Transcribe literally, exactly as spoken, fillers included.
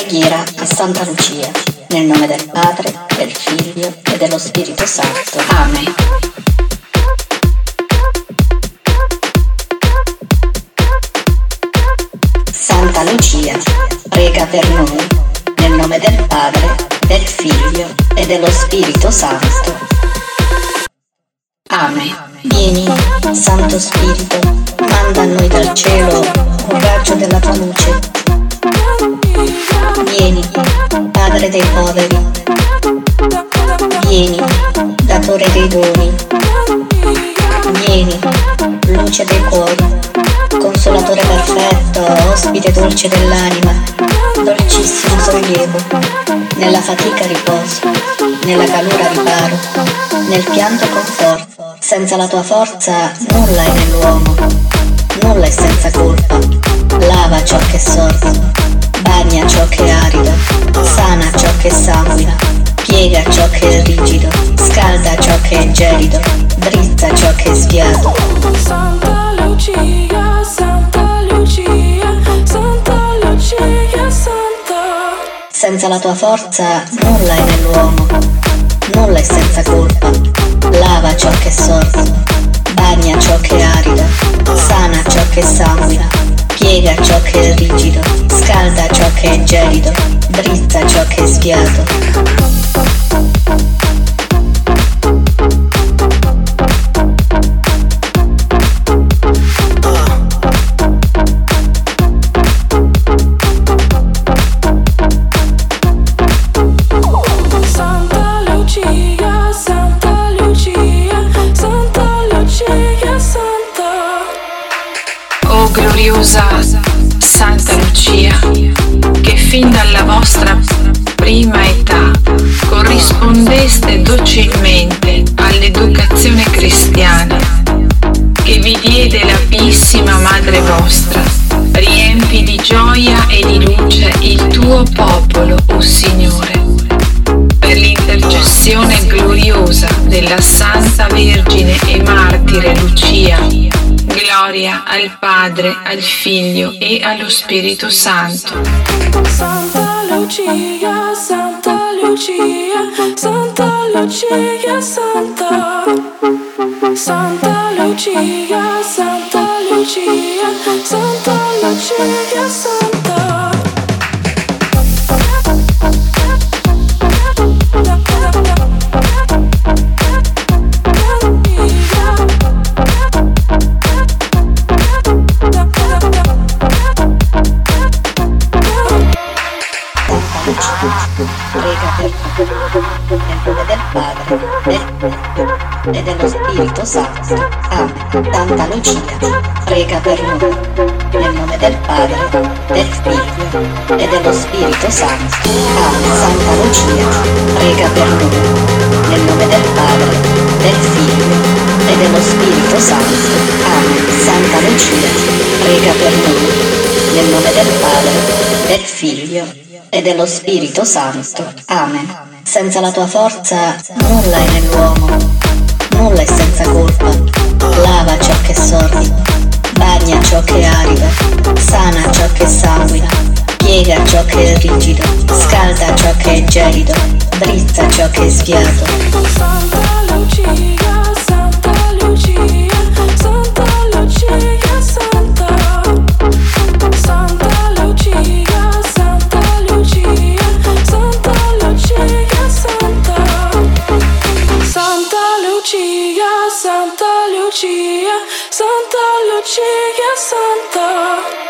Preghiera a Santa Lucia, nel nome del Padre, del Figlio e dello Spirito Santo. Amen. Santa Lucia, prega per noi, nel nome del Padre, del Figlio e dello Spirito Santo. Amen. Vieni, Santo Spirito, manda a noi dal cielo un raggio della tua luce. Vieni, Padre dei poveri. Vieni, datore dei doni. Vieni, luce dei cuori, consolatore perfetto, ospite dolce dell'anima, dolcissimo sollievo, nella fatica riposo, nella calura riparo, nel pianto conforto. Senza la tua forza nulla è nell'uomo, nulla è senza colpa. Lava ciò che è sordo, bagna ciò che è arido, sana ciò che sanguina, piega ciò che è rigido, scalda ciò che è gelido, drizza ciò che è sviato. Santa Lucia, Santa Lucia, Santa Lucia, Santa. Senza la tua forza nulla è nell'uomo, nulla è senza colpa. Lava ciò che è sordo, bagna ciò che è arido, sana ciò che sanguina, piega ciò che è rigido, scalda ciò che è gelido, drizza ciò che è sviato. Gloriosa Santa Lucia, che fin dalla vostra prima età corrispondeste docilmente all'educazione cristiana che vi diede la Pissima Madre vostra, riempi di gioia e di luce il tuo popolo, o Signore. Per l'intercessione gloriosa della Santa Vergine e Martire Lucia, gloria al Padre, al Figlio e allo Spirito Santo. Santa Lucia, Santa Lucia, Santa Lucia, Santa. Santa Lucia, Santa Lucia, Santa Lucia, Santa. Prega per noi, nel nome del Padre, del Figlio e dello Spirito Santo. Amen. Santa Lucia, prega per noi, nel nome del Padre, del Figlio e dello Spirito Santo. Amen. Santa Lucia, prega per noi, nel nome del Padre, del Figlio e dello Spirito Santo. Amen. Santa Lucia, prega per noi, nel nome del Padre, del Figlio e dello Spirito Santo. Amen. Senza la tua forza nulla è nell'uomo, nulla è senza colpa. Lava ciò che è sordido, bagna ciò che è arido, sana ciò che sanguina, piega ciò che è rigido, scalda ciò che è gelido, drizza ciò che è sviato. Santa Lucia, Santa Lucia, Santa Lucia, Santa. Santa Lucia, Santa Lucia, Santa Lucia, Santa. Santa Lucia, Santa Lucia, Santa Lucia, Santa.